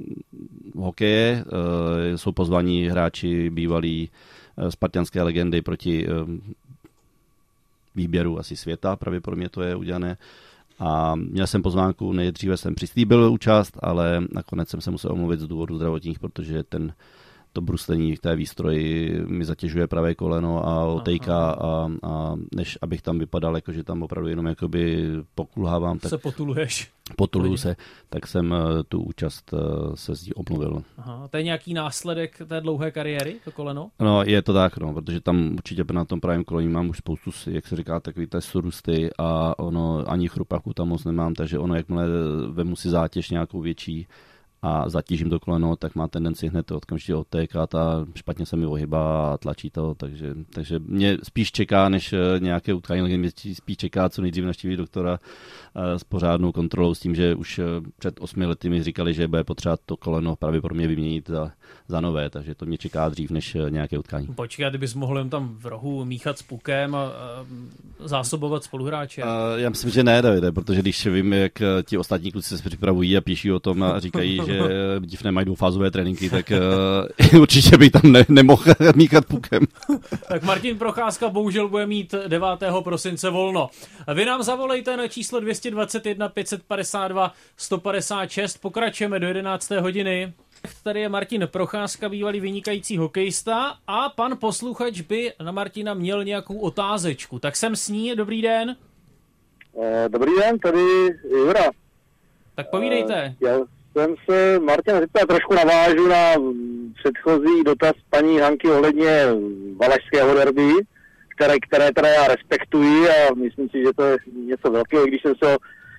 hokeje, uh, jsou pozvaní hráči bývalí uh, spartianské legendy proti... Uh, výběru asi světa, pravděpodobně to je udělané. A měl jsem pozvánku, nejdříve jsem přislíbil účast, ale nakonec jsem se musel omluvit z důvodu zdravotních, protože ten to bruslení v té výstroji mi zatěžuje pravé koleno a otejká a, a než abych tam vypadal, jako že tam opravdu jenom jakoby pokulhávám. Tak se potuluješ. Potuluju se, tak jsem tu účast se z ní omluvil. Aha, to je nějaký následek té dlouhé kariéry, to koleno? No, je to tak, no, protože tam určitě na tom pravém koleni mám už spoustu, jak se říká, takový té surusty a ono ani chrupavku tam moc nemám, takže ono, jakmile vemu si zátěž nějakou větší, a zatížím to koleno, tak má tendenci hned okamžitě odtékat a špatně se mi ohybá a tlačí to, takže, takže mě spíš čeká, než nějaké utkání, mě spíš čeká co nejdřív navštívit doktora s pořádnou kontrolou, s tím, že už před osmi lety mi říkali, že bude potřeba to koleno právě pro mě vyměnit za, za nové, takže to mě čeká dřív, než nějaké utkání. Počkej, kdybys mohl jen tam v rohu míchat s pukem a, a zásobovat spoluhráče. A já myslím, že ne, Davide, protože když vím, jak ti ostatní kluci se připravují a píší o tom a říkají, že div nemají dvoufázové tréninky, tak uh, určitě bych tam ne, nemohl míchat pukem. Tak Martin Procházka bohužel bude mít devátého prosince volno. Vy nám zavolejte na číslo dvě stě dvacet jedna pět set padesát dva sto padesát šest. Pokračujeme do jedenácté hodiny. Tady je Martin Procházka, bývalý vynikající hokejista a pan posluchač by na Martina měl nějakou otázečku. Tak jsem s ní, dobrý den. Dobrý den, tady Jura. Tak povídejte. Já jsem se, Martin, říkal, trošku navážu na předchozí dotaz paní Hanky ohledně valašského derby, které, které teda já respektuji a myslím si, že to je něco velkého, když jsem se ho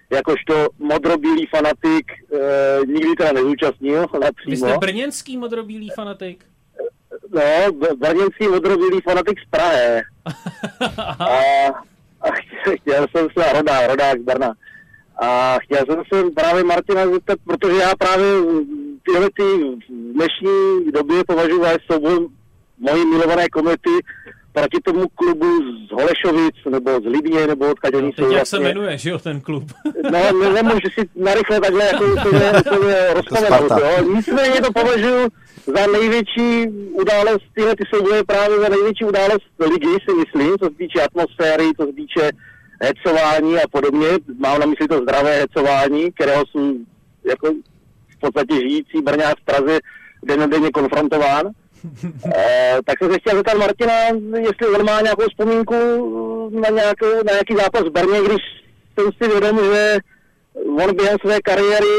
jakožto modrobílý fanatik e, nikdy teda nezúčastnil napřímo. Vy jste brněnský modrobílý fanatik? No, brněnský modrobílý fanatik z Prahy. a, a chtěl, chtěl jsem se, rodák, rodák z Brna. A chtěl jsem se právě Martina zeptat, protože já právě tyhle ty v dnešní době považuji za souboj mojí milované komety proti tomu klubu z Holešovic, nebo z Libně, nebo odkud oni jsou. Teď jak vlastně... se jmenuje, že jo, ten klub? No, ne, nemůžu si narychle takhle jako úplně, úplně rozpomenout, jo. Nicméně to považuji za největší událost, tyhle ty souboje právě za největší událost ligy, si myslím, co se týče atmosféry, co se týče hecování a podobně. Mám na mysli to zdravé hecování, kterého jsou jako v podstatě žijící Brňák v Praze dennodenně konfrontován. e, tak jsem se chtěl zeptat Martina, jestli on má nějakou vzpomínku na, nějakou, na nějaký zápas v Brně, když jsem si vědom, že on během své kariéry,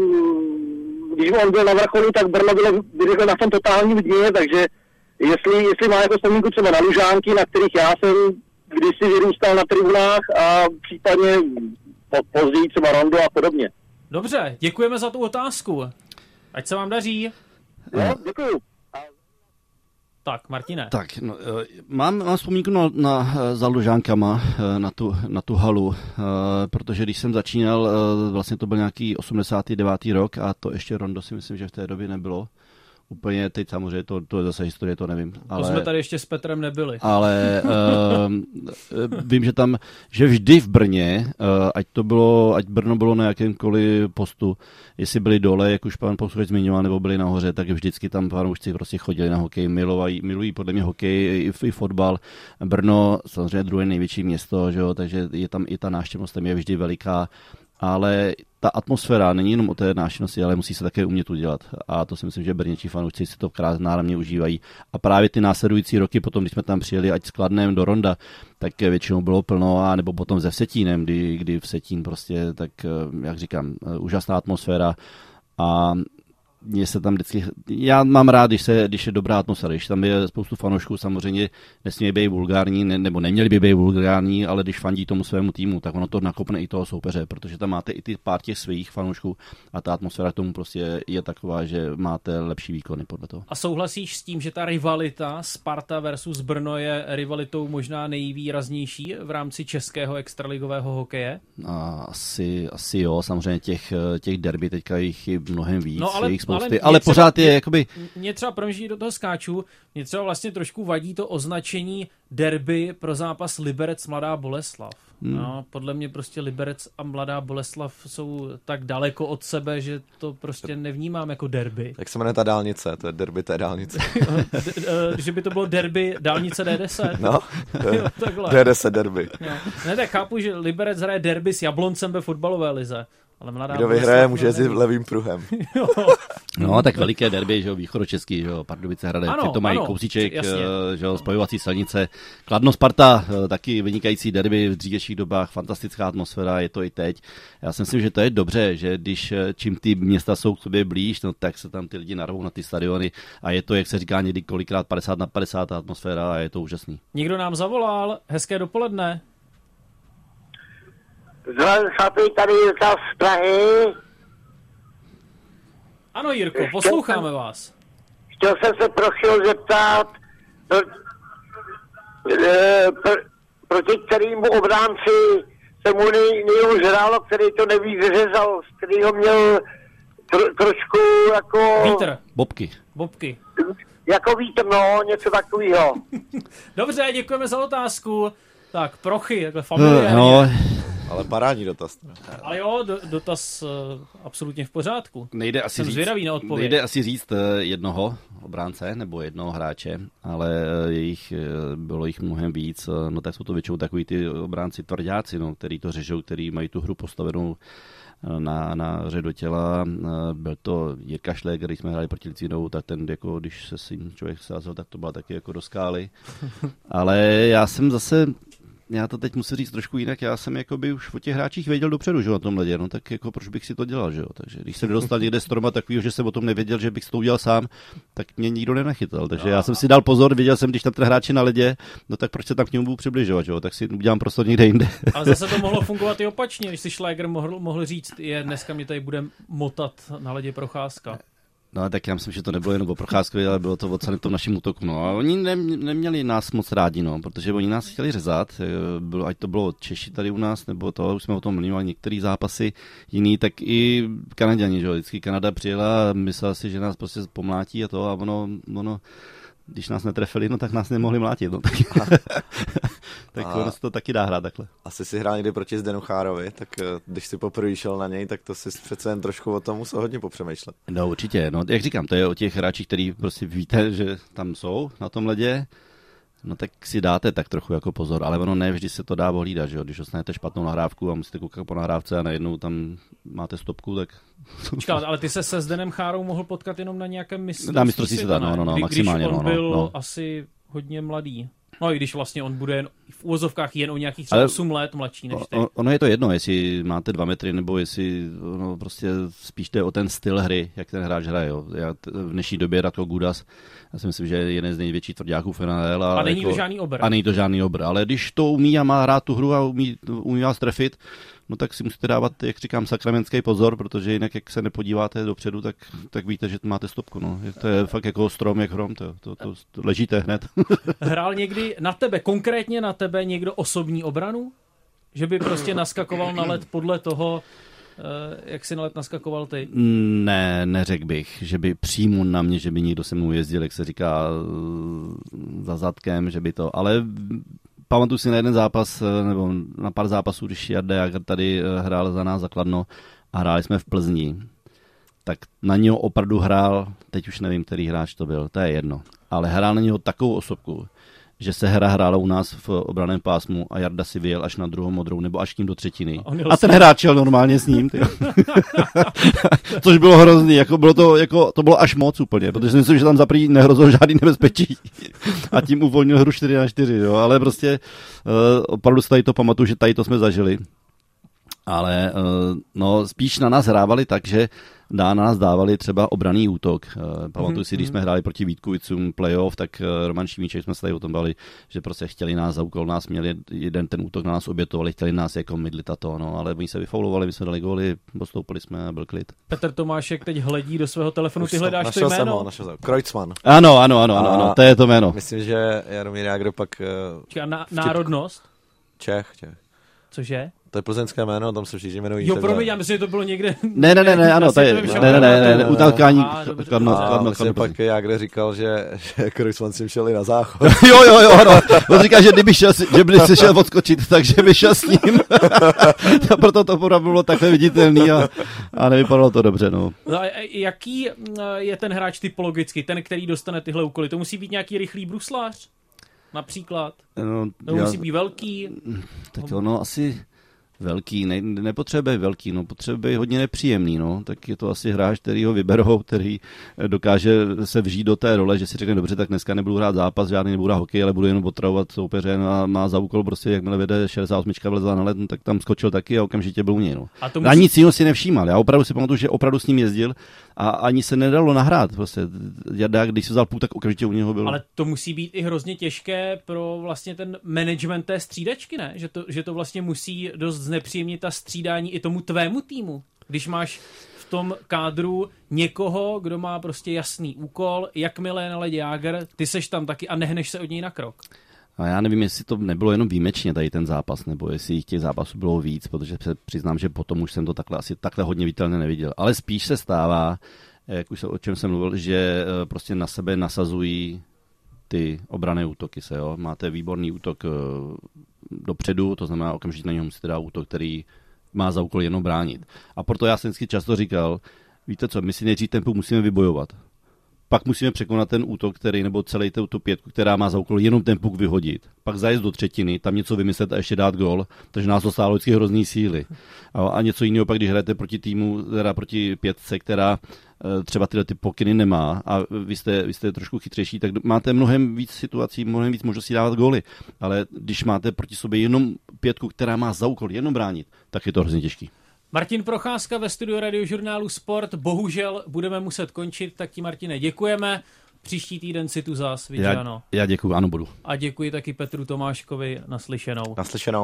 když on byl na vrcholu, tak Brno bylo, bylo na tom totálním dně, takže jestli, jestli má jako vzpomínku třeba na Lužánky, na kterých já jsem kdysi vyrůstal na tribunách a případně později třeba Rondo a podobně. Dobře, děkujeme za tu otázku. Ať se vám daří. Jo, děkuju. Tak, Martine. Tak, no, mám, mám vzpomínku na, na, za Lužánkama, na tu, na tu halu, protože když jsem začínal, vlastně to byl nějaký osmdesátý devátý rok a to ještě Rondo si myslím, že v té době nebylo. Úplně teď samozřejmě, to, to je zase historie, to nevím. Ale, to jsme tady ještě s Petrem nebyli. Ale uh, vím, že tam, že vždy v Brně, uh, ať to bylo, ať Brno bylo na jakémkoliv postu, jestli byli dole, jak už pan posluchač zmiňoval, nebo byli nahoře, tak vždycky tam fanoušci prostě chodili na hokej, milují, milují podle mě hokej i, i fotbal. Brno, samozřejmě druhé největší město, že jo, takže je tam i ta návštěvnost, tam je vždy veliká. Ale ta atmosféra není jenom o té návštěvnosti, ale musí se také umět udělat. A to si myslím, že brněčtí fanoušci si to náramně užívají. A právě ty následující roky, potom, když jsme tam přijeli, ať s Kladnem do Ronda, tak většinou bylo plno, a nebo potom se Vsetínem, kdy, kdy Vsetín prostě, tak jak říkám, úžasná atmosféra. A mě se tam vždycky, já mám rád, když, se, když je dobrá atmosféra, když tam je spoustu fanoušků, samozřejmě nesmí být vulgární, ne, nebo neměli by být vulgární, ale když fandí tomu svému týmu, tak ono to nakopne i toho soupeře, protože tam máte i ty pár těch svých fanoušků a ta atmosféra k tomu prostě je taková, že máte lepší výkony podle toho. A souhlasíš s tím, že ta rivalita Sparta versus Brno je rivalitou možná nejvýraznější v rámci českého extraligového hokeje? Asi, asi jo, samozřejmě těch, těch derby teďka jich je mnohem víc, no, ale, ale, ale pořád je jakoby... Mě třeba, promiň, do toho skáču, mě třeba vlastně trošku vadí to označení derby pro zápas Liberec Mladá Boleslav. Hmm. No, podle mě prostě Liberec a Mladá Boleslav jsou tak daleko od sebe, že to prostě nevnímám jako derby. Jak se jmenuje ta dálnice? To je derby té dálnice. Že by to bylo derby dálnice D deset. No, jo, takhle. D deset derby. Jo. Ne, tak chápu, že Liberec hraje derby s Jabloncem ve fotbalové lize. Ale Mladá Kdo vyhraje, může jezdit levým pruhem. No, tak veliké derby, že jo, východočeský, že jo, Pardubice Hradec, ty to mají kousíček, že jo, spojovací silnice. Kladno Sparta, taky vynikající derby v dřívějších dobách, fantastická atmosféra, je to i teď. Já si myslím, že to je dobře, že když čím ty města jsou k sobě blíž, no, tak se tam ty lidi narvou na ty stadiony a je to, jak se říká někdy kolikrát padesát na padesát ta atmosféra a je to úžasný. Někdo nám zavolal, hezké dopoledne. Zdravím chlapi, tady Jirka z Prahy. Ano, Jirko, posloucháme chtěl vás. Chtěl jsem se pro chvíli zeptat, pro, e, pro, proti kterému obránci se mu nej, nejhůř hrálo, který to nevyřezal, který ho měl tro, trošku jako... Vítr. Bobky. Bobky. Jako vítr, no, něco takového. Dobře, děkujeme za otázku. Tak, Prochy, takhle familiárně. No. Ale parádní dotaz. Ale jo, do, dotaz uh, absolutně v pořádku. Nejde asi, Jsem říct, zvědavý na odpověď. Nejde asi říct jednoho obránce nebo jednoho hráče, ale jejich, bylo jich mnohem víc. No tak jsou to většinou takový ty obránci tvrdáci, no, který to řežou, který mají tu hru postavenou na, na řadu těla. Byl to Jirka Šlek, který jsme hráli proti Licínou, tak ten, jako, když se s tím člověk sázal, tak to byla taky jako do skály. Ale já jsem zase já to teď musím říct trošku jinak, já jsem jakoby už o těch hráčích věděl dopředu, že na tom ledě, no tak jako proč bych si to dělal, že jo, takže když jsem dostal někde stroma takovýho, že jsem o tom nevěděl, že bych si to udělal sám, tak mě nikdo nenachytal, takže já jsem si dal pozor, věděl jsem, když tam ten hráč je na ledě, no tak proč se tam k němu budu přibližovat, že jo, tak si udělám prostor někde jinde. Ale zase to mohlo fungovat i opačně, když si Schlager mohl, mohl říct, je dneska mě tady bude motat na ledě Procházka. No tak já myslím, že to nebylo jen o Procházkovi, ale bylo to o celém tom našem útoku. No a oni ne, neměli nás moc rádi, no, protože oni nás chtěli řezat, bylo, ať to bylo Češi tady u nás, nebo to, už jsme o tom mluvili, některé zápasy jiný, tak i Kanaďani, že jo, vždycky Kanada přijela a myslela si, že nás prostě pomlátí a to a ono, ono když nás netrefili, no tak nás nemohli mlátit, no tak, tak ono se to taky dá hrát takhle. Asi si hrál někdy proti Zdenu Chárovi, tak když si poprvé šel na něj, tak to si přece jen trošku o tom musel hodně popřemýšlet. No určitě, no jak říkám, to je o těch hráčích, který prostě víte, že tam jsou na tom ledě, no tak si dáte tak trochu jako pozor, ale ono ne vždy se to dá ohlídat, že jo, když dostanete špatnou nahrávku a musíte koukat po nahrávce a najednou tam máte stopku, tak... Počkat, ale ty se se Zdenem Chárou mohl potkat jenom na nějakém mistrovství na mistrovství světa, no, no, no, kdy, maximálně, když on no, no, byl no. asi hodně mladý. No i když vlastně on bude jen, v úvozovkách jen o nějakých třeba osm let mladší než ty. Ono je to jedno, jestli máte dva metry, nebo jestli no, prostě spíš jde o ten styl hry, jak ten hráč hraje. Jo. Já t- v dnešní době Radko Gudas, já si myslím, že je jeden z největších tvrďáků v N H L. A není jako, to žádný obr. A není to žádný obr, ale když to umí a má hrát tu hru a umí, umí vás trefit, no tak si musíte dávat, jak říkám, sakramentský pozor, protože jinak, jak se nepodíváte dopředu, tak, tak víte, že máte stopku. No. To je fakt jako strom, jak hrom, to, to, to, to ležíte hned. Hrál někdy na tebe, konkrétně na tebe někdo osobní obranu? Že by prostě naskakoval na led podle toho, jak si na led naskakoval ty? Ne, neřekl bych, že by přímo na mě, že by někdo se mnou jezdil, jak se říká, za zadkem, že by to, ale... Pamatuju si na jeden zápas, nebo na pár zápasů, když Jarda Jágr tady hrál za nás za Kladno a hráli jsme v Plzni, tak na něho opravdu hrál, teď už nevím, který hráč to byl, to je jedno, ale hrál na něho takovou osobku, že se hra hrála u nás v obraném pásmu a Jarda si vyjel až na druhou modrou, nebo až k ním do třetiny. A, a ten hráč šel normálně s ním. Což bylo hrozný, jako bylo to, jako, to bylo až moc úplně, protože si myslím, že tam za prý nehrozilo žádný nebezpečí. A tím uvolnil hru čtyři na čtyři, jo. Ale prostě uh, opravdu si tady to pamatuju, že tady to jsme zažili. Ale uh, no, spíš na nás hrávali tak, že dá na nás dávali třeba obranný útok. Uh, pamatuju si, když jsme hráli proti Vítkovicům playoff, tak uh, Roman Šimíček jsme se tady o tom bavili, že prostě chtěli nás za úkol, nás měli jeden ten útok na nás obětovali, chtěli nás jako mydlit a to, no, ale oni se vyfaulovali, my jsme dali góly, postoupili jsme a byl klid. Petr Tomášek teď hledí do svého telefonu, ty hledáš to jméno? Ho, našel jsem. Kreutzmann. Ano, ano, ano, ano, ano, to je to jméno. Myslím, že Jaromír Jágr pak... Uh, Čeká, na, národnost? Čech, Čech. Cože? To je plzeňské jméno, tam se všichni jmenují. Jo, promiň, já myslím, že to bylo někde... Ne, ne, ne, ne ano, to je, ne, ne, ne, ne, utalkání. A myslím pak Jágr říkal, že, že Kreutzmann si šel i na záchod. Jo, jo, jo, ano. On říká, že kdyby šel, že by si šel odskočit, takže by šel s ním. A proto to opravdu bylo takhle viditelný a, a nevypadalo to dobře, no. No a jaký je ten hráč typologicky, ten, který dostane tyhle úkoly? To musí být nějaký rychlý bruslář? Například? No, to já, musí být velký? Tak ono asi... Velký, ne, nepotřebuje velký, no, potřebuje hodně nepříjemný, no, tak je to asi hráč, který ho vyberou, který dokáže se vžít do té role, že si řekne, dobře, tak dneska nebudu hrát zápas, žádný nebudu hrát hokej, ale budu jenom otravovat soupeře, no, a má za úkol prostě, jakmile vede šedesát osm vlezla na led, no, tak tam skočil taky a okamžitě byl u něj, no. A, musí... a nic jiného si nevšímal, já opravdu si pamatuju, že opravdu s ním jezdil a ani se nedalo nahrát, prostě, Jarda, když se vzal půl, tak okamžitě u něho byl. Ale to musí být i hrozně těžké pro vlastně ten management té střídačky, ne? Že to, že to vlastně musí dost znepříjemnit ta střídání i tomu tvému týmu. Když máš v tom kádru někoho, kdo má prostě jasný úkol, jakmile je na ledě Jágr, ty seš tam taky a nehneš se od něj na krok. A já nevím, jestli to nebylo jenom výjimečně tady ten zápas, nebo jestli jich těch zápasů bylo víc, protože se přiznám, že potom už jsem to takhle asi takhle hodně viditelně neviděl. Ale spíš se stává, jak už se, o čem jsem mluvil, že prostě na sebe nasazují ty obranné útoky se, jo. Máte výborný útok dopředu, to znamená okamžitě na něho musíte dát útok, který má za úkol jenom bránit. A proto já jsem vždycky často říkal, víte co, my si nejdřív tempu musíme vybojovat. pak musíme překonat ten útok, který, nebo celý tu pětku, která má za úkol jenom ten puk vyhodit. Pak zajít do třetiny, tam něco vymyslet a ještě dát gól, takže nás to stálo vždycky hrozný síly. A, a něco jiného pak, když hrajete proti týmu, teda proti pětce, která třeba tyhle ty pokyny nemá a vy jste, vy jste trošku chytřejší, tak máte mnohem víc situací, mnohem víc možností dávat góly. Ale když máte proti sobě jenom pětku, která má za úkol jenom bránit, tak je to hrozně těžký. Martin Procházka ve studiu Radiožurnálu Sport. Bohužel budeme muset končit, tak ti, Martine, děkujeme. Příští týden si tu zás, víš, já, ano. Já děkuji, ano, budu. A děkuji taky Petru Tomáškovi, naslyšenou. Naslyšenou.